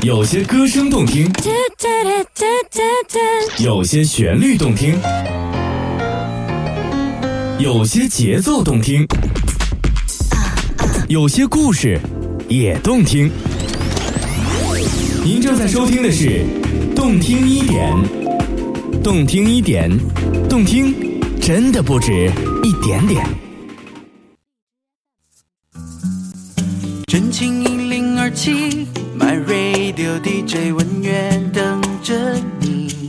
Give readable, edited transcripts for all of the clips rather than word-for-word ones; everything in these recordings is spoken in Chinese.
有些歌声动听，有些旋律动听，有些节奏动听，有些故事也动听。您正在收听的是动听一点，动听一点，动听真的不止一点点。 真情1027 My Radio DJ 文乐等着你，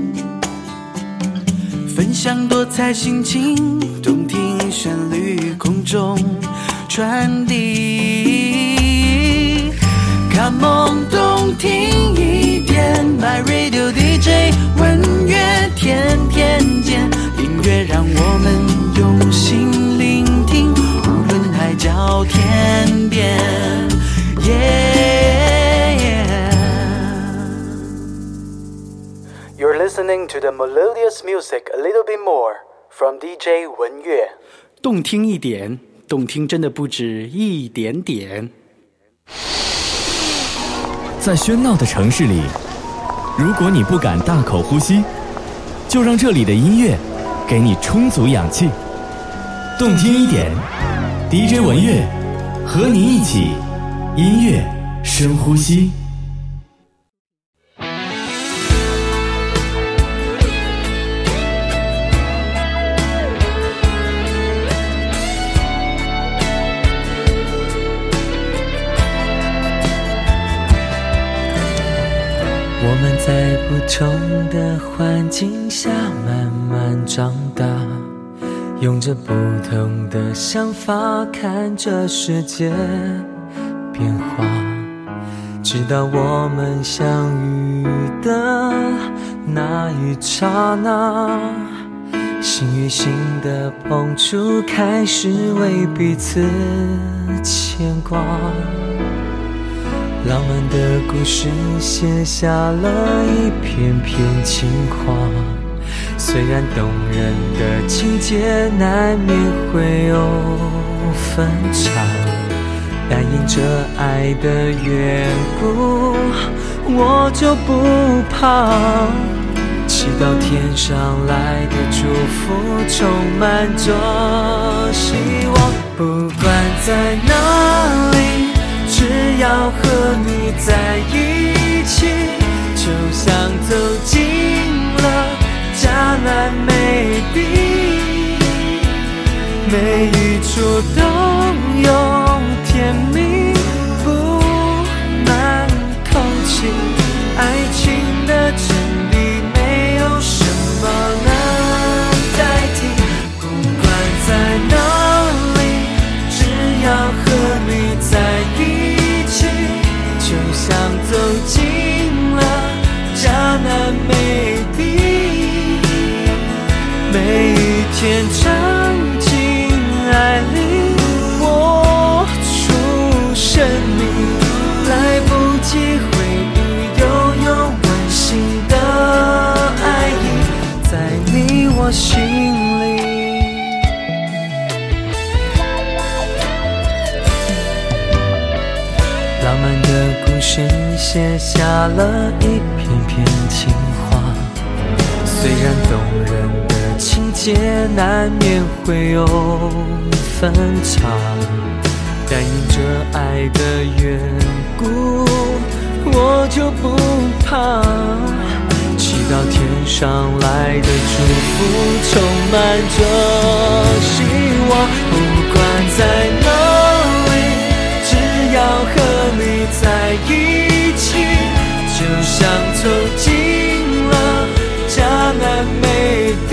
分享多彩心情，动听旋律空中传递。Come on， 动听一点 My Radio DJ 文乐天天见，音乐让我们用心聆听，无论海角天边。You're listening to the melodious music a little bit more from DJ 文乐。动听一点，动听真的不止一点点。 在喧闹的城市里，如果你不敢大口呼吸，就让这里的音乐给你充足氧气。动听一点 DJ 文乐和你一起音乐深呼吸。 我们在不同的环境下慢慢长大，用着不同的想法看这世界变化，直到我们相遇的那一刹那，心与心的碰触开始为彼此牵挂，浪漫的故事写下了一篇篇情话，虽然动人的情节难免会有分岔，但因着爱的缘故，我就不怕，祈祷天上来的祝福充满着希望，不管在哪里，只要和你在一起，就像走进了迦南美地，每一处都有甜蜜布满空气，爱情的真理没有什么能代替，不管在哪里，只要和你在一起，就像走进了迦南美地，每一天尝尽爱里我出生命，来不及回忆拥有温馨的爱意在你我心里。浪漫的故事写下了一篇篇情话，虽然动人的情节难免会有分岔，但因着爱的缘故，我就不怕，祈祷天上来的祝福充满着希望，不管在哪里，只要和你在一起，就像走进了迦南美地，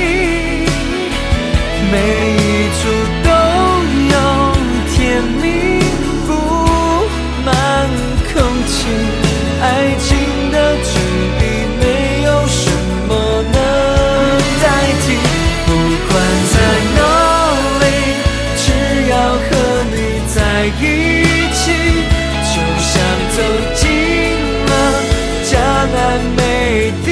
每一处都有甜蜜布满空气，爱情的真理没有什么能代替，不管在哪里，只要和你在一起，就像走进了迦南美地，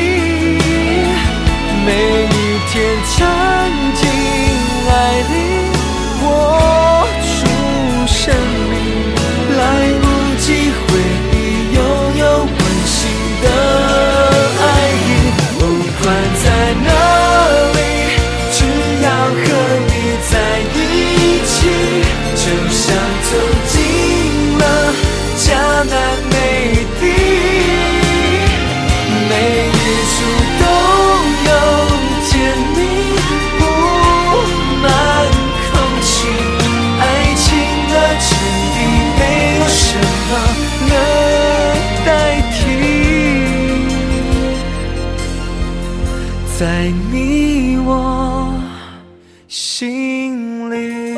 每一天尝尽爱里我出生命，来不及回忆拥在你我心里。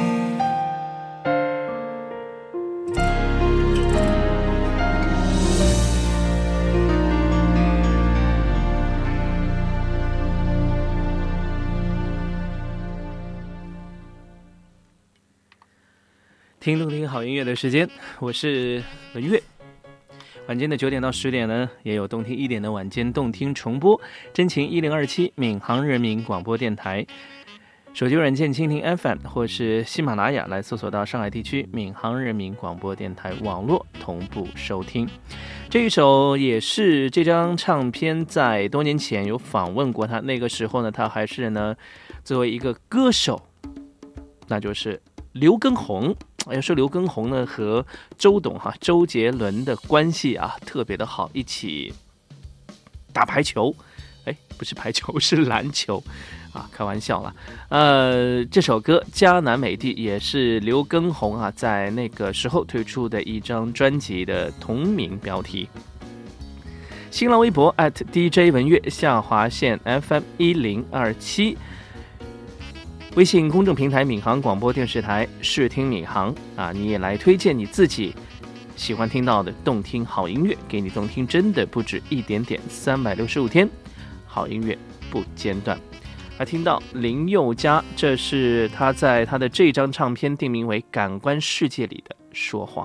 听动听好音乐的时间，我是文月。晚间的9点到10点呢，也有动听1点的晚间动听重播。真情1027闵行人民广播电台，手机软件蜻蜓 FM 或是喜马拉雅来搜索到上海地区闵行人民广播电台网络同步收听。这一首也是这张唱片在多年前有访问过他，那个时候呢，他还是呢作为一个歌手，那就是刘畊宏。要说刘畊宏呢和周杰伦的关系啊特别的好，一起打排球，不是排球是篮球啊，开玩笑了。这首歌《迦南美地》也是刘畊宏啊在那个时候推出的一张专辑的同名标题。新浪微博 @DJ 文月_FM 1027。微信公众平台闵行广播电视台视听闵行啊，你也来推荐你自己喜欢听到的动听好音乐，给你动听真的不止一点点，365天好音乐不间断。还听到林宥嘉，这是他在他的这张唱片定名为《感官世界》里的说谎。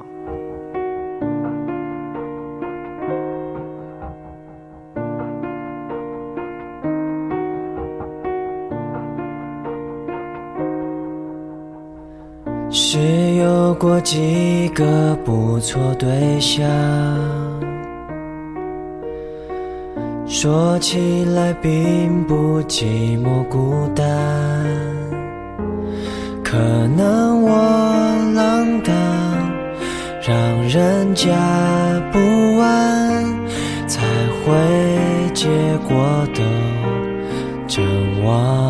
是有过几个不错对象，说起来并不寂寞孤单，可能我浪荡，让人家不安，才会结果都真忘。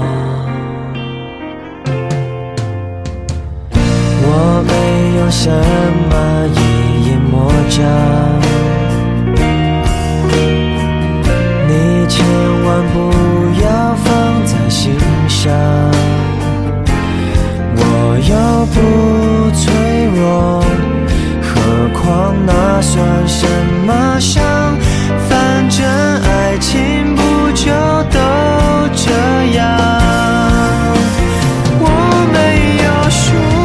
我没有什么一眼魔障，你千万不要放在心上，我又不脆弱，何况那算什么伤，反正爱情不就都这样。我没有说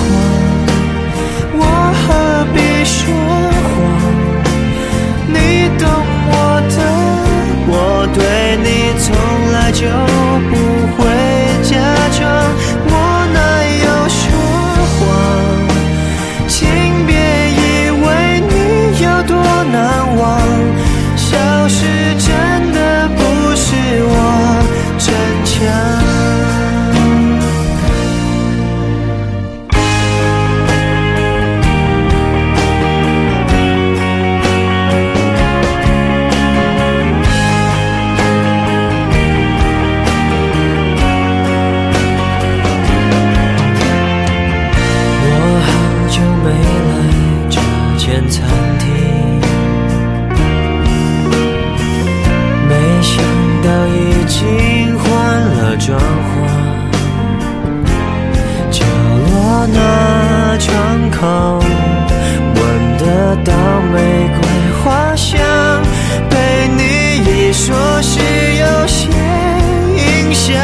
说谎，你懂我的，我对你从来就不会假装，我哪有说谎，请别以为你有多难忘，消失真的不是我逞强。餐厅，没想到已经换了装潢，角落那窗口闻得到玫瑰花香，被你一说是有些影响。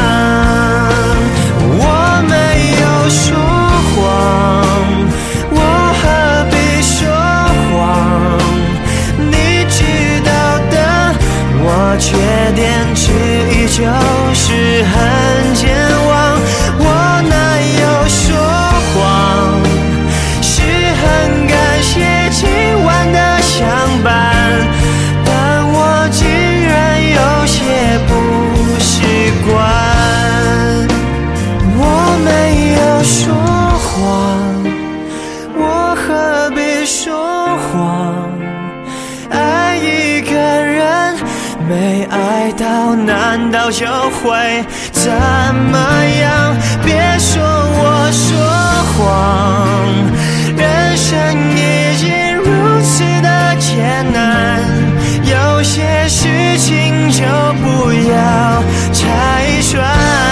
我没有说谎，我何必说谎，你知道的，我缺点之一就是很健忘，我哪有说谎，是很感谢今晚的相伴，但我竟然有些不习惯。我没有说谎，我何必说谎，爱一个人没爱到，难道就会怎么样？别说我说谎，人生已经如此的艰难，有些事情就不要拆穿。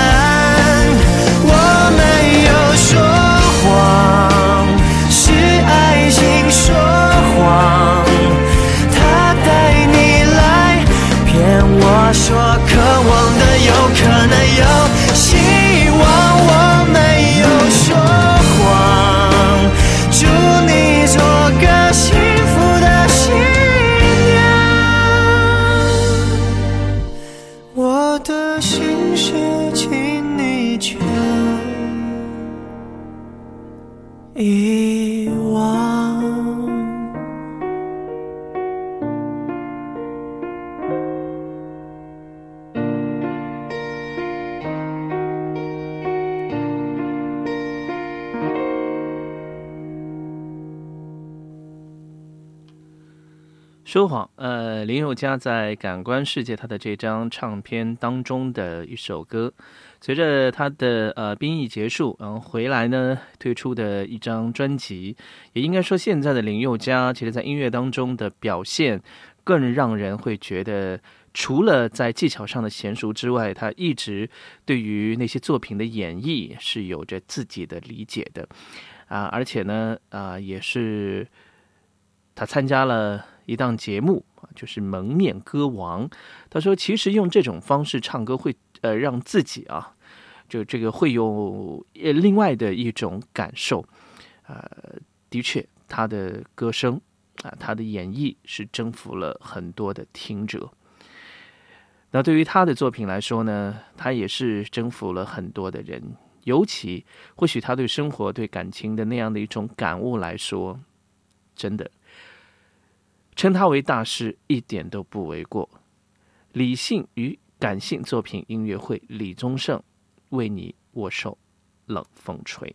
我没有说谎，是爱情说谎，他带你来骗我说渴望的有可能有希望。我没有说谎，祝你做个幸福的新娘。我的心事请你就遗忘。 说谎，林宥嘉在《感官世界》他的这张唱片当中的一首歌，随着他的兵役结束，然后回来呢推出的一张专辑，也应该说现在的林宥嘉，其实在音乐当中的表现，更让人会觉得，除了在技巧上的娴熟之外，他一直对于那些作品的演绎是有着自己的理解的，而且呢，也是他参加了一档节目，就是《蒙面歌王》。他说，其实用这种方式唱歌会让自己就这个会有另外的一种感受。的确，他的歌声他的演绎是征服了很多的听者。那对于他的作品来说呢，他也是征服了很多的人。尤其或许他对生活、对感情的那样的一种感悟来说，真的称他为大师一点都不为过。理性与感性作品音乐会，李宗盛为你握手，冷风吹。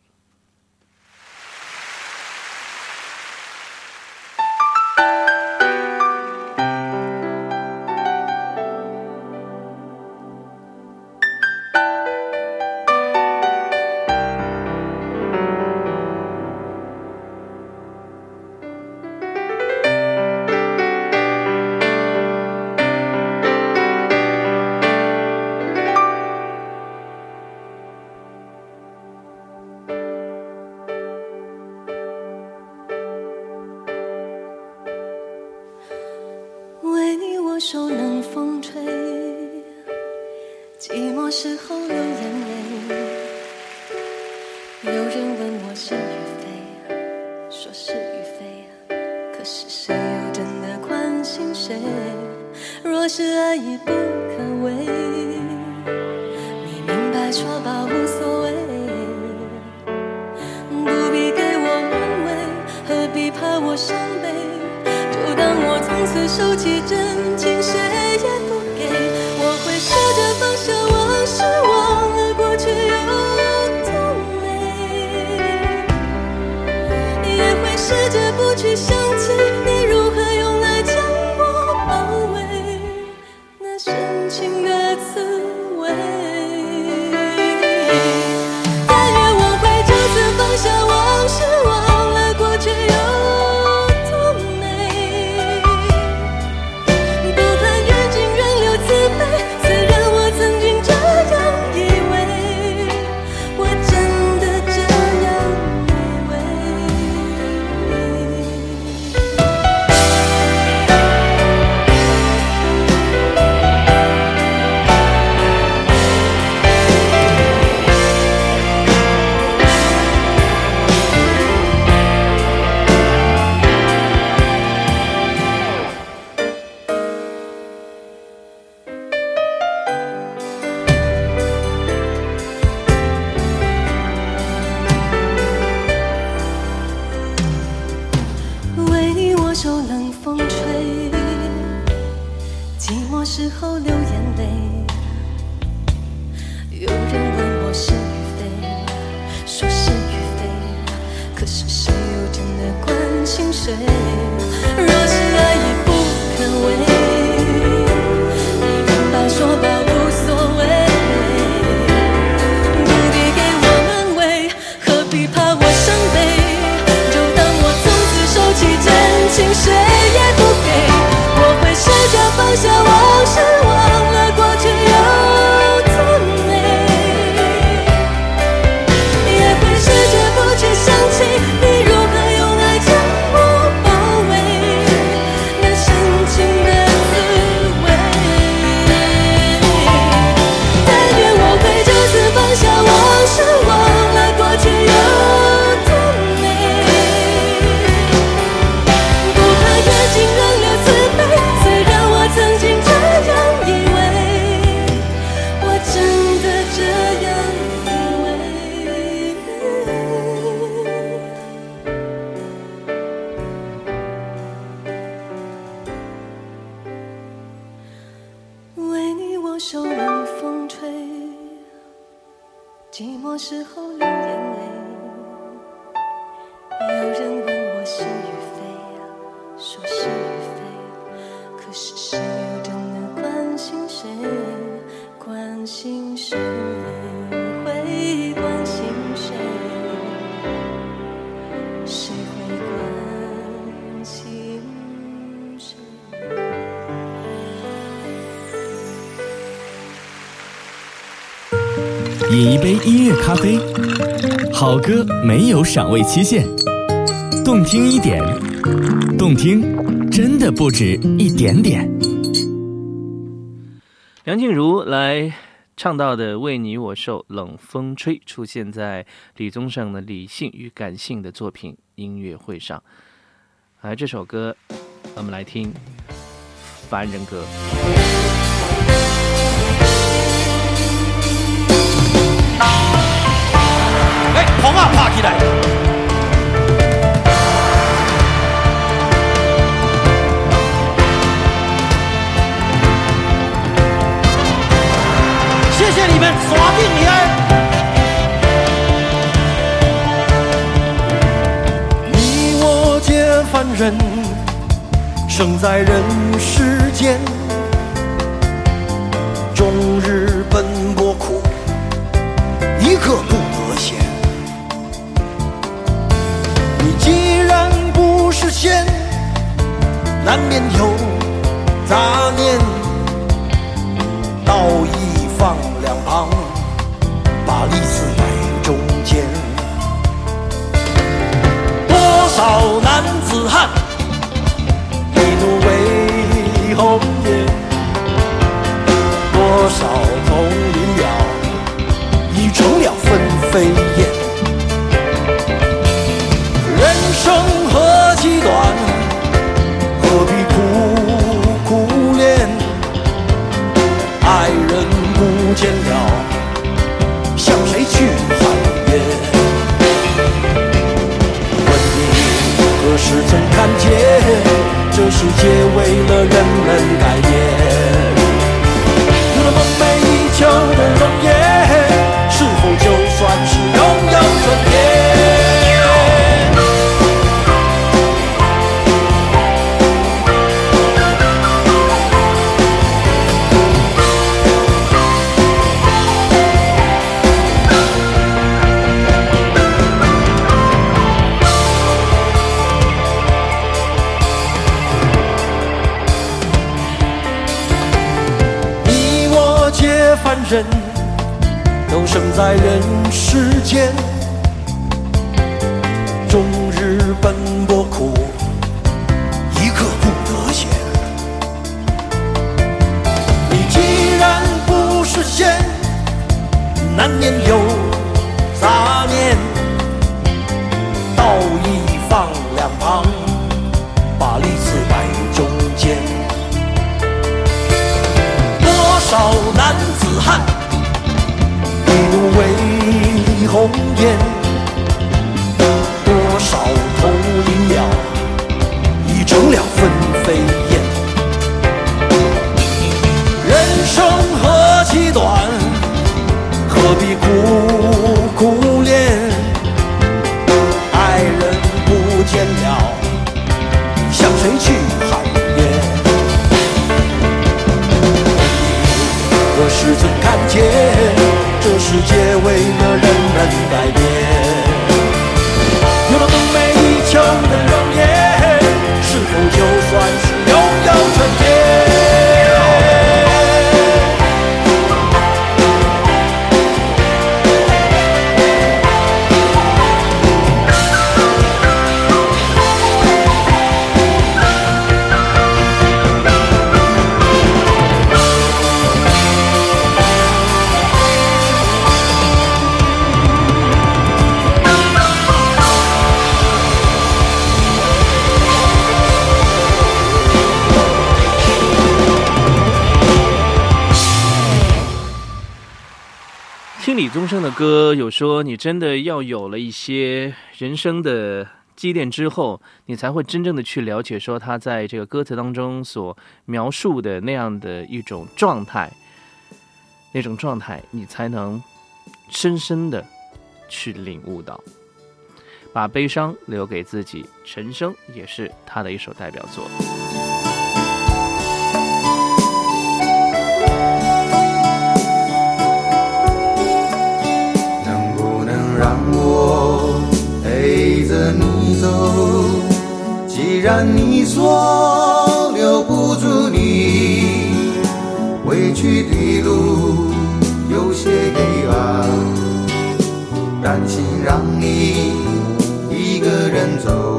手冷风吹，寂寞时候流眼泪。有人问我是与非，说是与非，可是谁又真的关心谁？若是爱已不可为，你明白说吧无所谓，不必给我安慰，何必怕我伤悲？就当我从此收起真情，谁也不给。我会试着放下往事，忘了过去有多美，也会试着不去想起你如何用来将我包围，那深情的滋味。但愿我会就此放下往事，忘了过去有时候流眼泪。有人问我是与非，说是与非，可是谁又真的关心谁？若是爱已不可为，你明白说吧无所谓，不必给我安慰，何必怕我伤悲？就当我从此收起真情，谁也不给。我会试着放下往事，忘了过去。 我手冷风吹，寂寞时候流眼泪。有人问我是与非，说是与非，可是谁又真的关心谁？关心谁？会关心谁？谁会关心谁？ 饮一杯音乐咖啡，好歌没有赏味期限，动听一点，动听真的不止一点点。 梁静茹来唱到的《为你我受冷风吹》出现在李宗盛的理性与感性的作品音乐会上。而这首歌我们来听《凡人歌》。 风啊拍起来！谢谢你们耍定你来。你我皆凡人，生在人世间，终日奔波苦，一刻不得闲。你既然不是仙，难免有杂念，道义放两旁，把利刺摆中间。多少男子汉，一怒为红颜，多少同林鸟，已成了分飞燕。人生何其短，何必苦苦恋？爱人不见了，向谁去喊冤？问你何时曾看见，这世界为了人们改变？有了梦寐以求的容颜，是否就算是拥有春天？凡人都生在人世间，终日奔波苦，一刻不得闲。你既然不是仙，难免有杂念，道义放两旁，把利刺摆中间。多少男子汉，一怒为红颜，多少同林鸟，已成了分飞燕。人生何其短，何必苦苦恋？爱人不见了，向谁去喊冤？何时曾看见，这世界为了人们改变？有了梦寐以求的容颜，是否就算是拥有春天？ 听李宗盛的歌，有说你真的要有了一些人生的积淀之后，你才会真正的去了解说他在这个歌词当中所描述的那样的一种状态。 那种状态，你才能深深的去领悟到。把悲伤留给自己，陈升也是他的一首代表作。 能不能让我陪着你走？既然你说留不住你，回去的路有些黑暗，担心让你一个人走。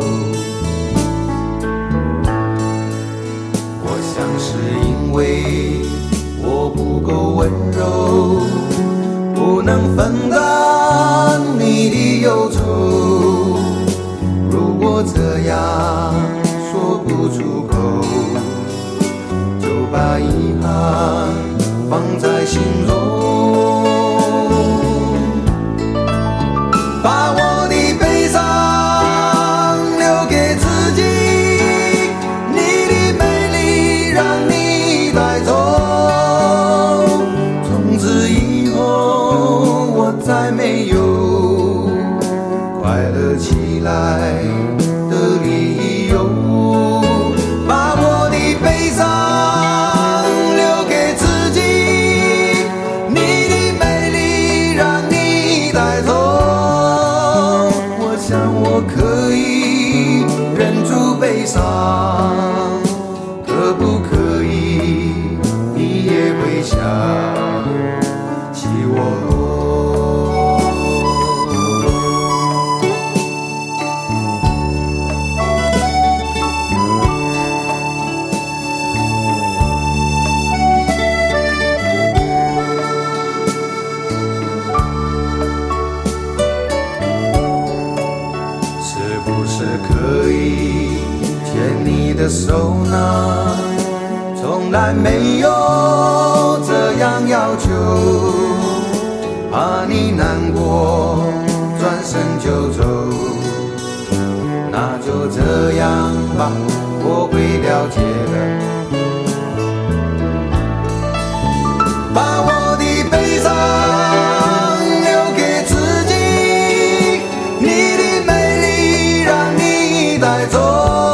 我想是因为我不够温柔，不能分担你的忧愁。如果这样说不出口，就把遗憾放在心中，把我的悲伤留给自己，你的美丽让你带走。从此以后我再没有快乐起来的理由，把我的悲伤留给自己，你的美丽让你带走。我想我可以忍住悲伤，可不可以你也会想起我？可以牵你的手呢？从来没有这样要求，怕你难过转身就走。那就这样吧，我会了解的。把我的悲伤留给自己，你的美丽让你带走。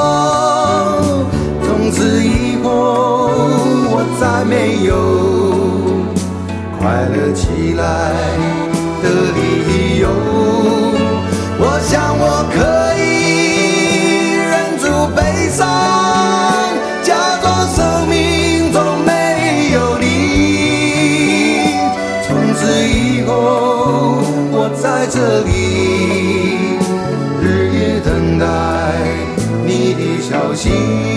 从此以后我再没有快乐起来的理由。我想我可以忍住悲伤，假装生命中没有你。从此以后我在这里日夜等待你的消息，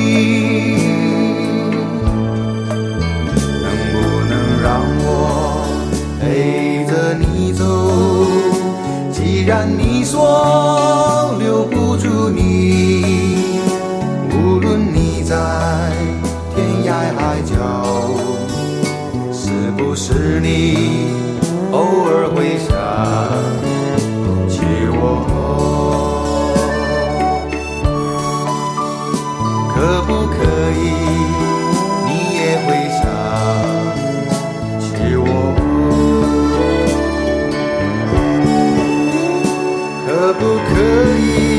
能不能让我陪着你走？既然你说留不住你，无论你在天涯海角，是不是你偶尔会想起我？可不可以你也会想起我？可不可以？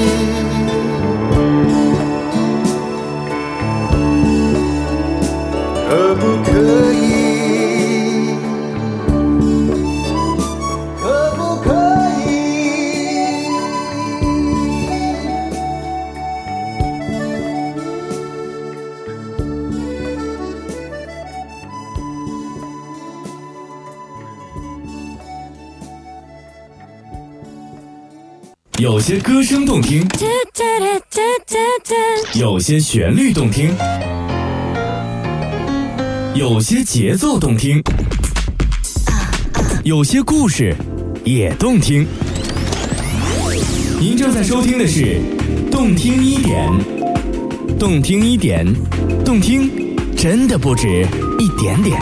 可不可以？可不可以？ 有些歌声动听，有些旋律动听，有些节奏动听，有些故事也动听。您正在收听的是动听一点，动听一点，动听真的不止一点点。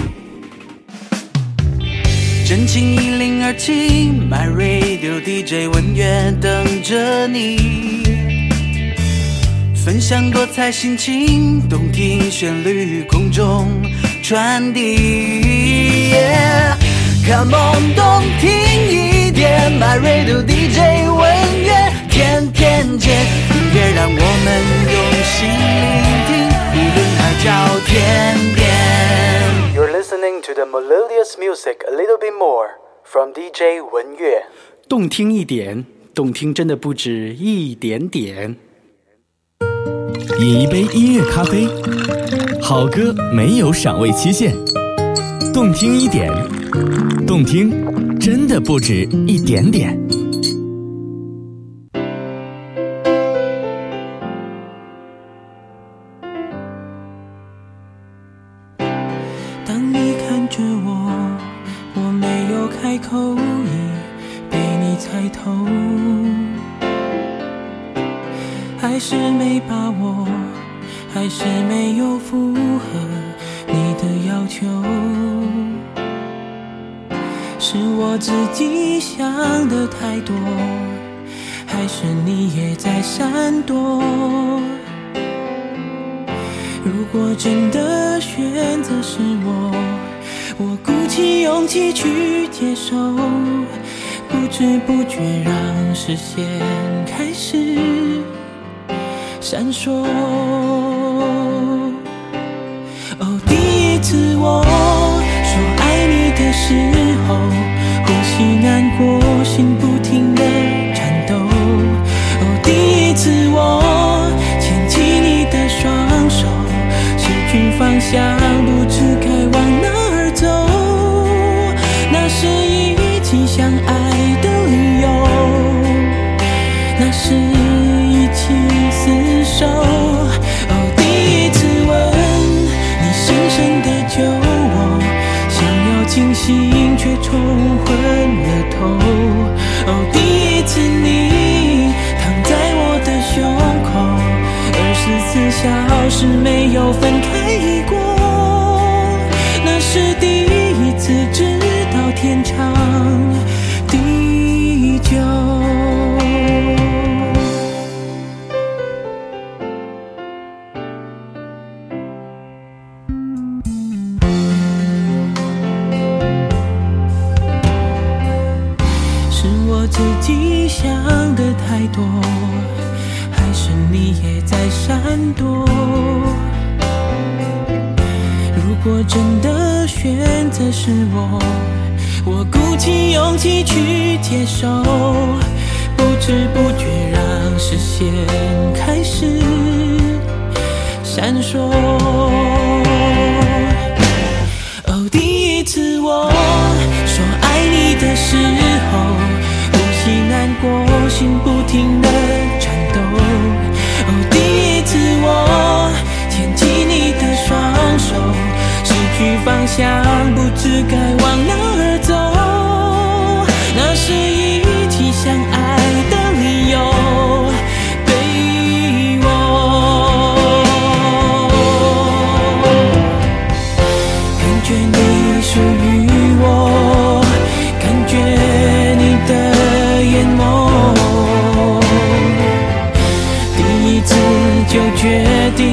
真情1027 My Radio DJ 文乐等着你，分享多彩心情，动听旋律空中传递。 Come on， 动听一点 ，My Radio DJ 文乐，天天见，音乐让我们用心聆听，无论它叫天边。 You're listening to the melodious music a little bit more from DJ 文乐。动听一点，动听真的不止一点点。 饮一杯音乐咖啡，好歌没有赏味期限，动听一点，动听真的不止一点点。 当你看着我，我没有开口，已被你猜透，还是没把握，还是没有符合你的要求，是我自己想的太多，还是你也在闪躲？如果真的选择是我鼓起勇气去接受，不知不觉让视线开始闪烁。哦，第一次我说爱你的时候，呼吸难过，心不停地颤抖。哦，第一次我牵起你的双手，失去方向，不知该往哪儿走。那是一起相爱的理由，那是一起厮守。哦，第一次吻你深深地救我，想要清醒却冲昏了头。哦，第一次你躺在我的胸口，24小时没有分开过，那是第一次知道天长地久。是我自己想的太多，还是你也在闪躲？如果真的选择是我鼓起勇气去接受，不知不觉让视线开始闪烁。哦，第一次我说爱你的时候，呼吸难过，心不停地颤抖。哦，第一次我牵起你的双手，失去方向，不知该往哪儿走。那是一起相爱的理由，对我。感觉你属于我，感觉你的眼眸，第一次就决定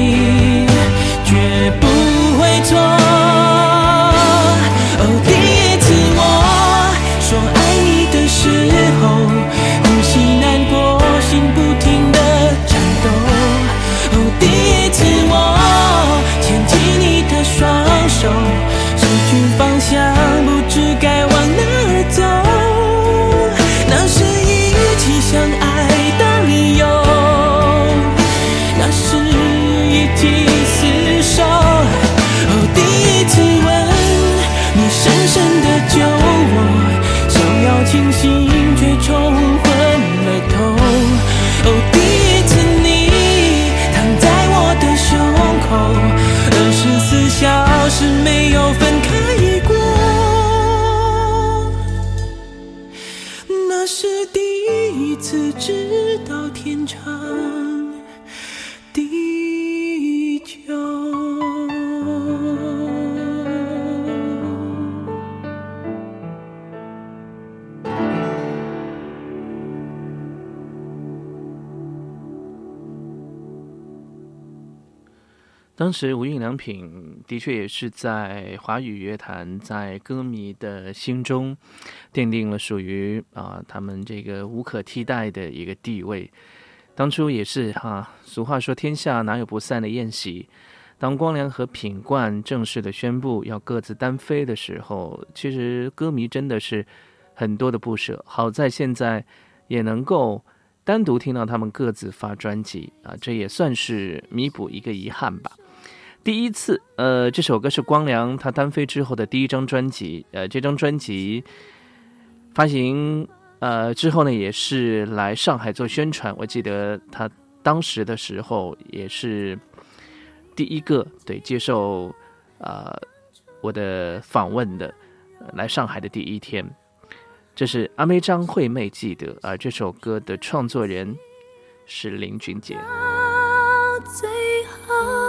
当时无印良品的确也是在华语乐坛，在歌迷的心中奠定了属于他们这个无可替代的一个地位。当初也是俗话说天下哪有不散的宴席，当光良和品冠正式的宣布要各自单飞的时候，其实歌迷真的是很多的不舍。好在现在也能够单独听到他们各自发专辑这也算是弥补一个遗憾吧。第一次这首歌是光良他单飞之后的第一张专辑，这张专辑发行之后呢，也是来上海做宣传。我记得他当时的时候也是第一个接受我的访问的，来上海的第一天。这是阿妹张惠妹记得这首歌的创作人是林俊杰。 最后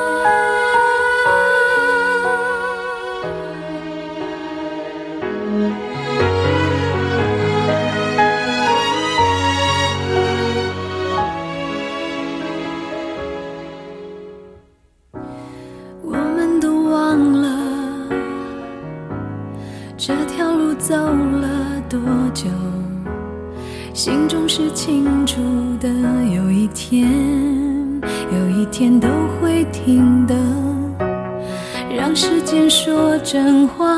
我们都忘了这条路走了多久，心中是清楚的，有一天都会停的，让时间说真话。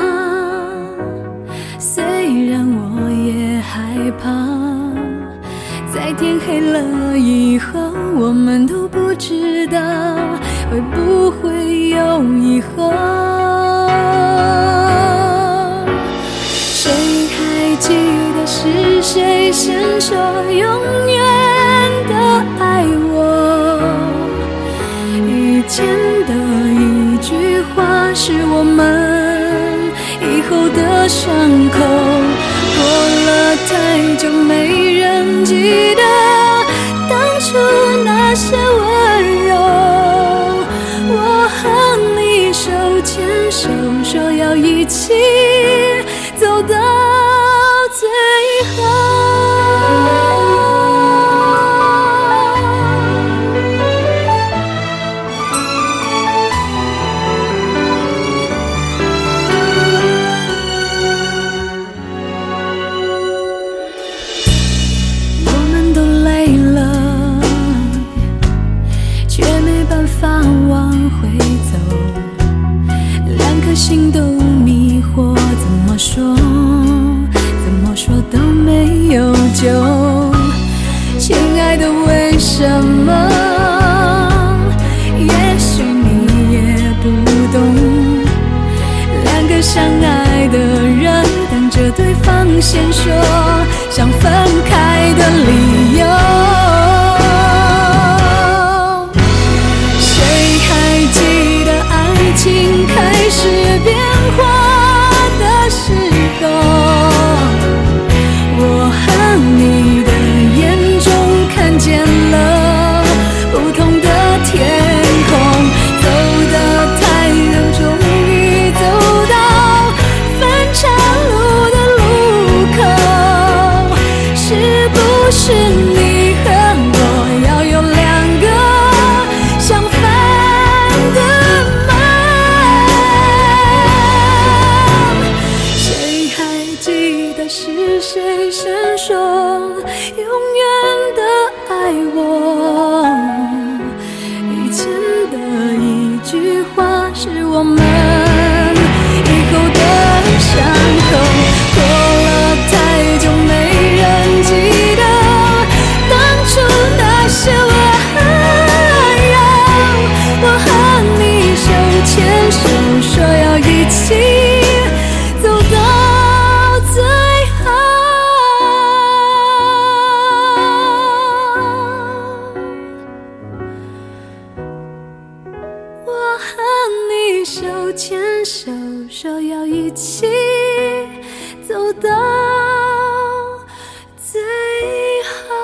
虽然我也害怕，在天黑了以后，我们都不知道会不会有以后。谁还记得是谁先说永远的爱我？以前的一句话是我们以后的伤口，过了太久没人记得当初那些温柔。我和你手牵手，说要一起走到最后。我们都累了，却没办法往回走，两颗心都迷惑，怎么说都没有救。亲爱的，为什么？也许你也不懂，两个相爱的人等着对方先说想分开的理由。谁还记得爱情开始变化的时候，我和你的眼中看见了不同的天空，走的太远，终于走到分岔路的路口。是不是你和我要有两个相反的梦？谁还记得是谁先说永远的爱我？以前的一句话是我们以后的伤口，过了太久没人记得当初那些温柔。我和你手牵手，说要一起走到最后。我和你手牵手，说要一起走到最后。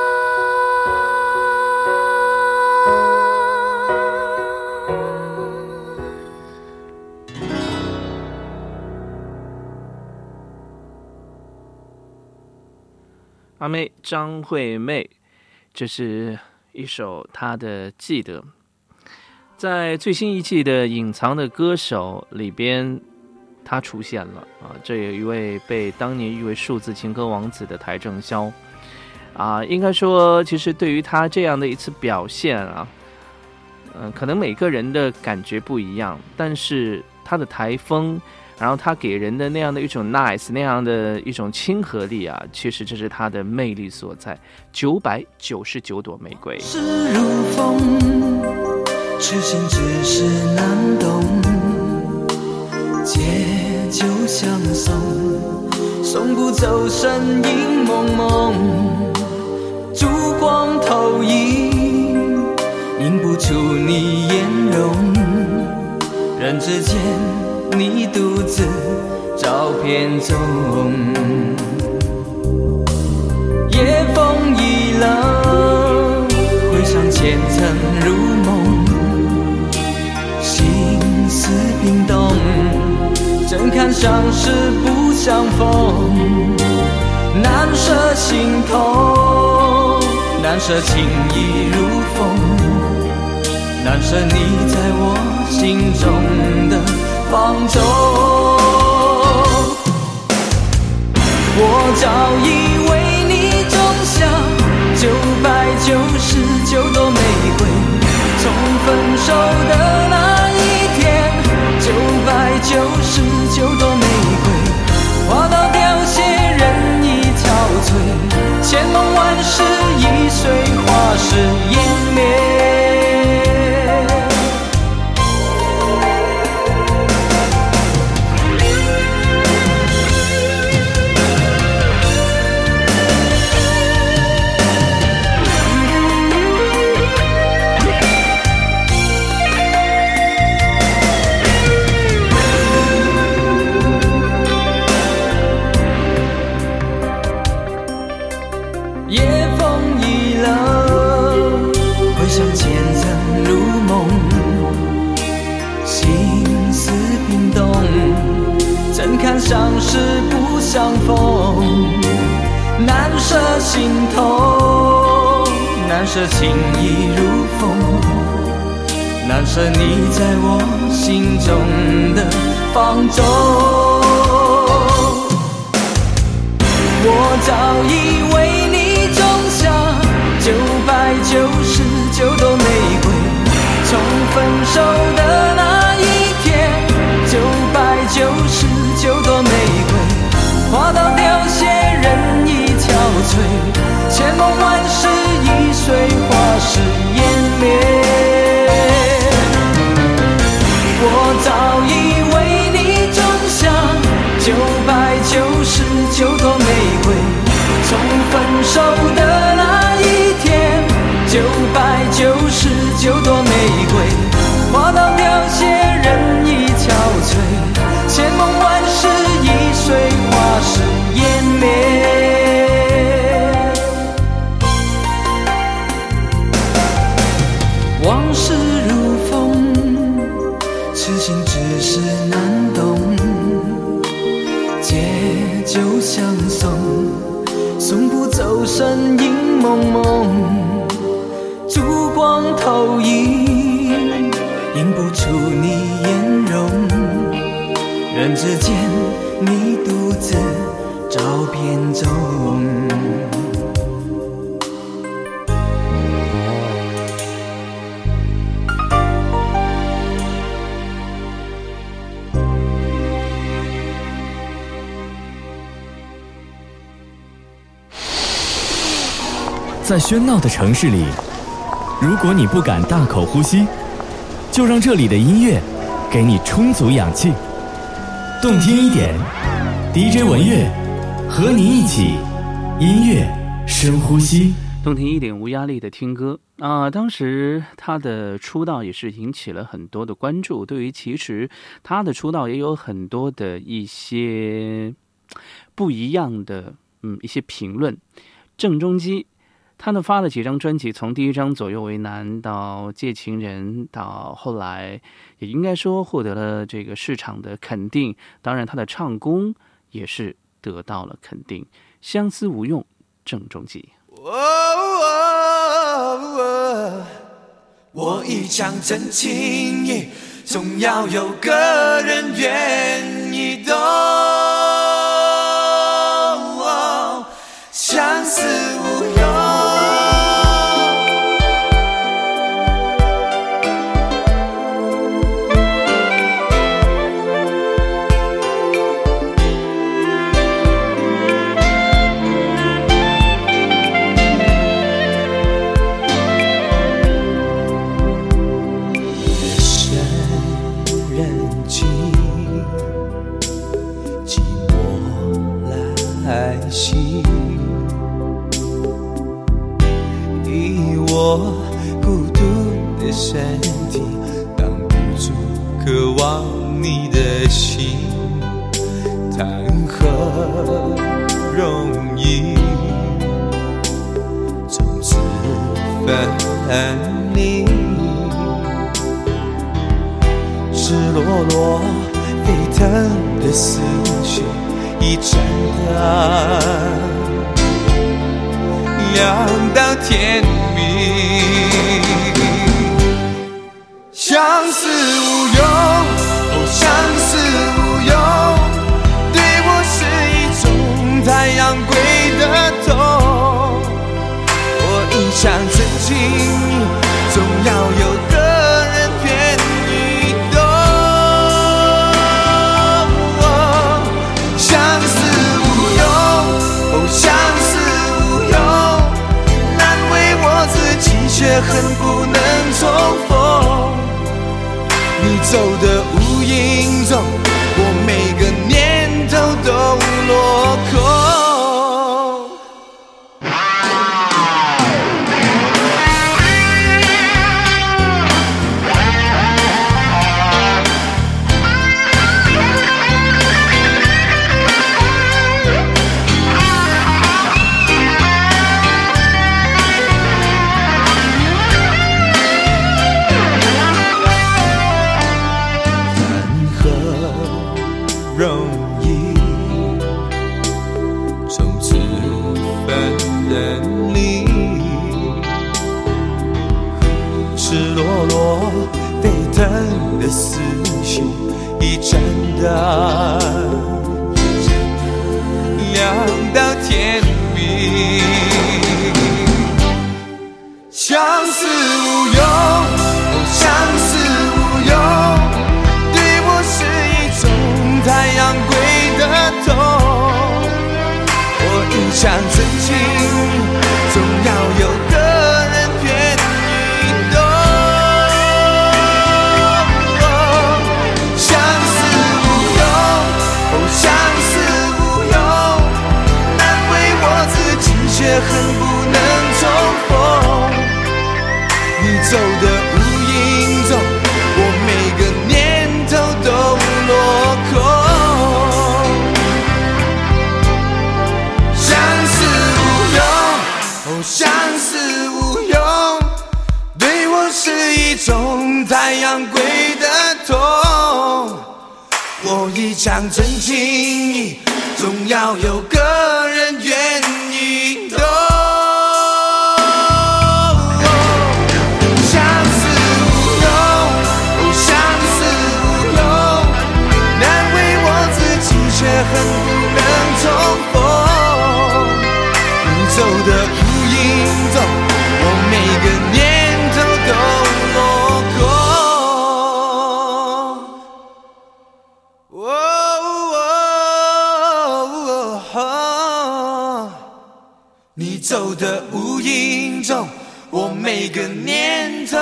阿妹张惠妹，这是一首她的记得。 在最新一季的《隐藏的歌手》里边，他出现了啊，这有一位被当年誉为数字情歌王子的邰正宵啊，应该说，其实对于他这样的一次表现啊，可能每个人的感觉不一样，但是他的台风，然后他给人的那样的一种 nice， 那样的一种亲和力啊，其实这是他的魅力所在。999朵玫瑰， 是如风，痴心只是难懂，借酒相送，送不走身影蒙蒙，烛光投影，映不出你颜容，人之间你独自照片中，夜风已冷，回想前尘如梦，心思冰冻，怎堪相识不相逢，难舍心头，难舍情意如风，难舍你在我心中的放纵。我早已为你种下999朵玫瑰，从分手的那一天，999朵玫瑰花到凋谢，人已憔悴，千梦万世易碎，花事湮灭。相识不相逢，难舍心头，难舍情意如风，难舍你在我心中的放纵。我早已为你种下999朵玫瑰，从分手的那一天，999朵玫瑰花到凋谢，人已憔悴，千梦万世易碎，花事湮灭。我早已为你种下999朵玫瑰，从分手的那一天，999朵玫瑰花到凋谢，人已憔悴，千梦万世易碎，花事湮灭。往事如风，痴心只是难懂，借酒相送，送不走身影蒙蒙，烛光投影，映不出你颜容，人之间你独自照片中。 在喧闹的城市里，如果你不敢大口呼吸，就让这里的音乐给你充足氧气。动听一点 ，DJ 文乐和你一起音乐深呼吸。 动听一点，无压力的听歌啊！当时他的出道也是引起了很多的关注。对于其实他的出道也有很多的一些不一样的一些评论。郑中基他呢发了几张专辑，从第一张左右为难到借情人，到后来也应该说获得了这个市场的肯定，当然他的唱功也是得到了肯定。相思无用，郑中基。 我一腔真情意，总要有个人愿意懂。相思无用。以我孤独的身体挡不住渴望你的心，谈何容易从此分离，赤裸裸沸腾的思绪一盏灯亮到天明，相思无用，哦，相思无用，对我是一种太阳归的痛。我一腔真情，总要有个人愿意懂。相思无用，哦，相思却恨不能重逢，你走的无影踪，我每个念头都落空。思绪一盏灯亮到天明，相思无用，哦，相思无用，对我是一种太阳归的痛。我一腔真情，总要有个人愿意懂。却恨不能重逢，你走的无影踪，我每个念头都落空。相思无用，哦，相思无用，对我是一种太阳归的痛。我一腔真情，总要有个人愿意懂。相思无用，哦，相思无用，难为我自己，却恨不能重逢。你走的无影踪，我每个念头都落空。你走的无影踪，我每个念头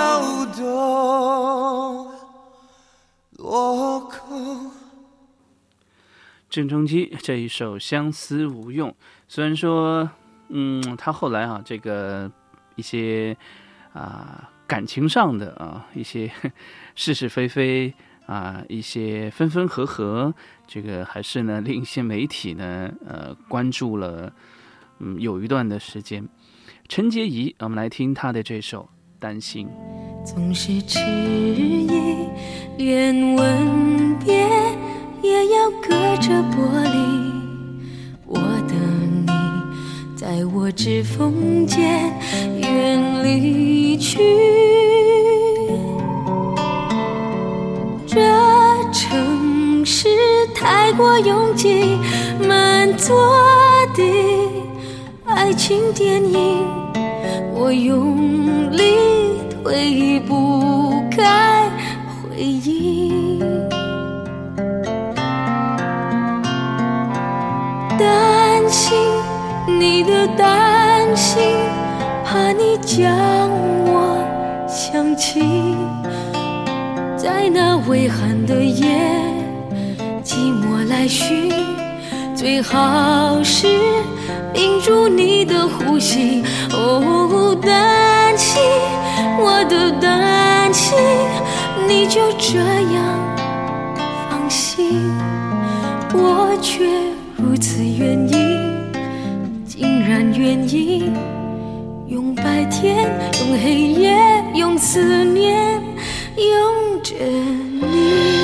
都落空。 郑中基这一首《相思无用》，虽然说，他后来啊，这个一些感情上的一些是是非非一些分分合合，这个还是呢令一些媒体呢关注了。有一段的时间，陈洁仪，我们来听她的这首《担心》。 总是迟疑，连吻别也要隔着玻璃。我等你，在我指缝间远离去。 太过拥挤，满座的爱情电影，我用力推不开回忆。担心你的担心，怕你将我想起，在那微寒的夜，寂寞来袭，最好是屏住你的呼吸。哦，担心我的担心，你就这样放心，我却如此愿意，竟然愿意用白天，用黑夜，用思念，拥着你。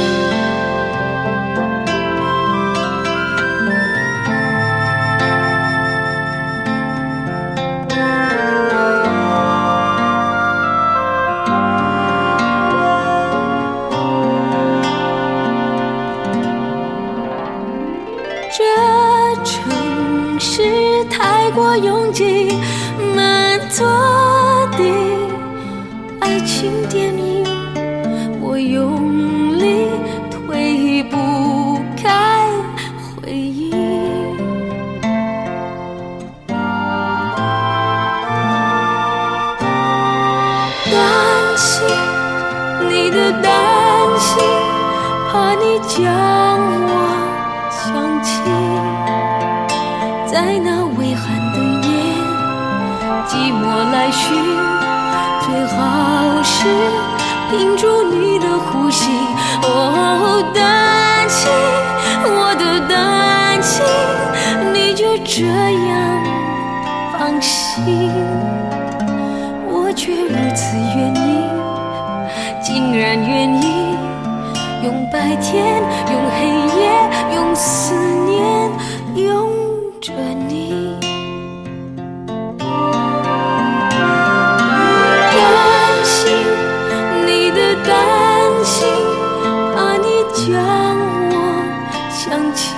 这城市太过拥挤，满座的爱情电影，我用力推不开回忆。担心你的担心，怕你将我想起，在那微寒的夜，寂寞来袭，最好是屏住你的呼吸。哦，担心我的担心，你就这样放心，我却如此愿意，竟然愿意用白天，用黑夜，用思念，拥着你。担心你的担心，怕你将我想起，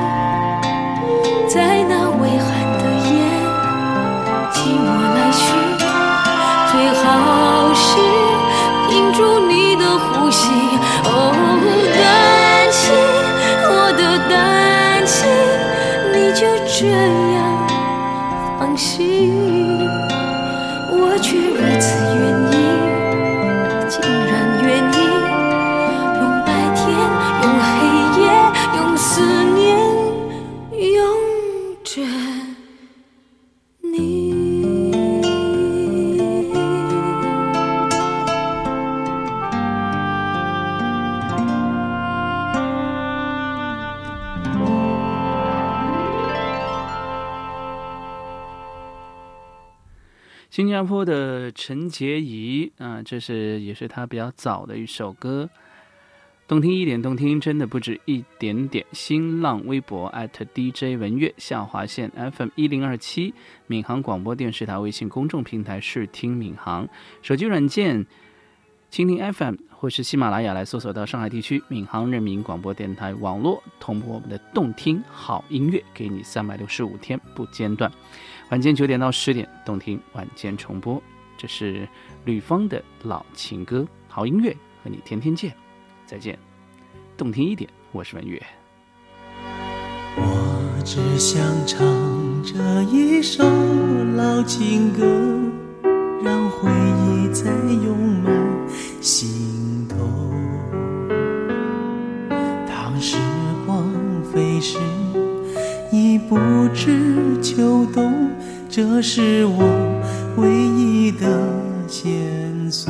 在那微寒的夜，寂寞来袭，最好是屏住你的呼吸。哦，担心我的担心，你就这样放心，我却如此愿意，竟然愿意用白天，用黑夜，用思念，拥着你。 新加坡的陈洁仪这也是他比较早的一首歌。动听一点，动听真的不止一点点。新浪微博@DJ 文乐_FM 1027，闵行广播电视台微信公众平台视听闵行，手机软件蜻蜓 FM 或是喜马拉雅来搜索到上海地区闵行人民广播电台网络，同步我们的动听好音乐，给你365天不间断。晚间9点到10点，动听晚间重播。这是吕方的老情歌，好音乐和你天天见。再见，动听一点，我是文乐。 我只想唱这一首老情歌，让回忆再涌满心头。当时光飞逝，已不知秋冬，这是我唯一的线索。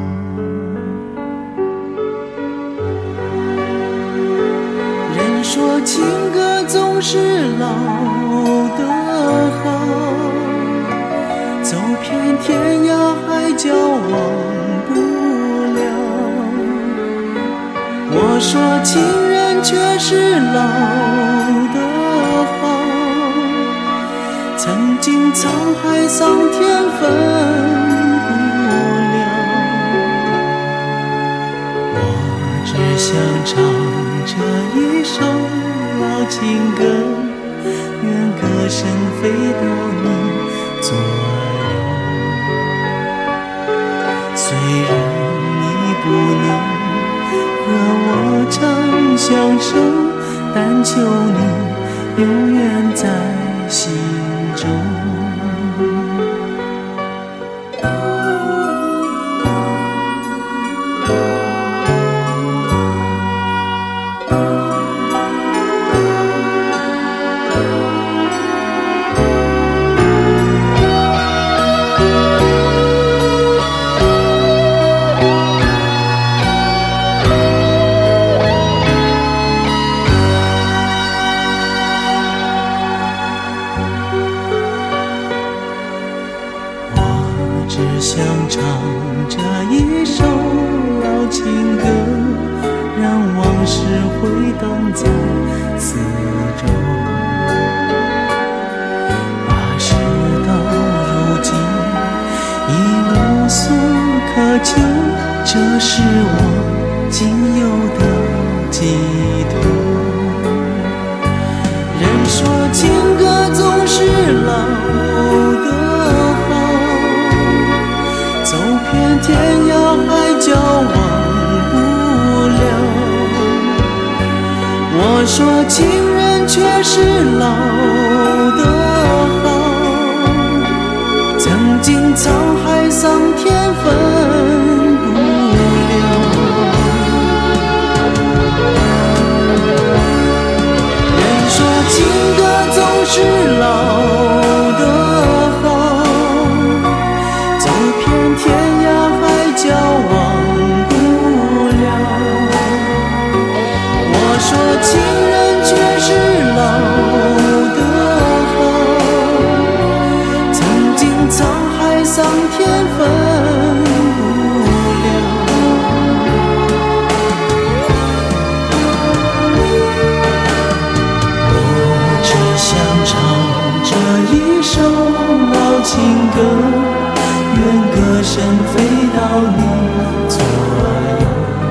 人说情歌总是老的好，走遍天涯海角忘不了。我说情人却是老的好，曾经沧海桑田分不了。我只想唱这一首老情歌，愿歌声飞到你左右。虽然你不能和我长相守，但求你永远在心中。只想唱这一首老情歌，让往事回荡在四周。把事到如今已无所可求，这是我仅有的寄托。人说情歌总是老的走遍天涯海角忘不了，我说情人却是老的好，曾经沧海桑田分不了。人说情歌总是老交忘不了，我说情人却是老的好，曾经沧海桑田分不了。我只想唱这一首老情歌，愿歌声飞到你左右。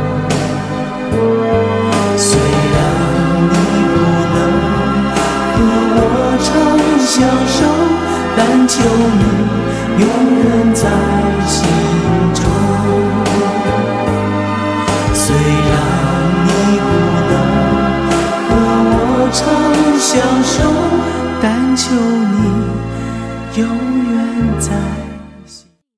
虽然你不能和我长相守，但求你永远在心中。虽然你不能和我长相守，但求你永远在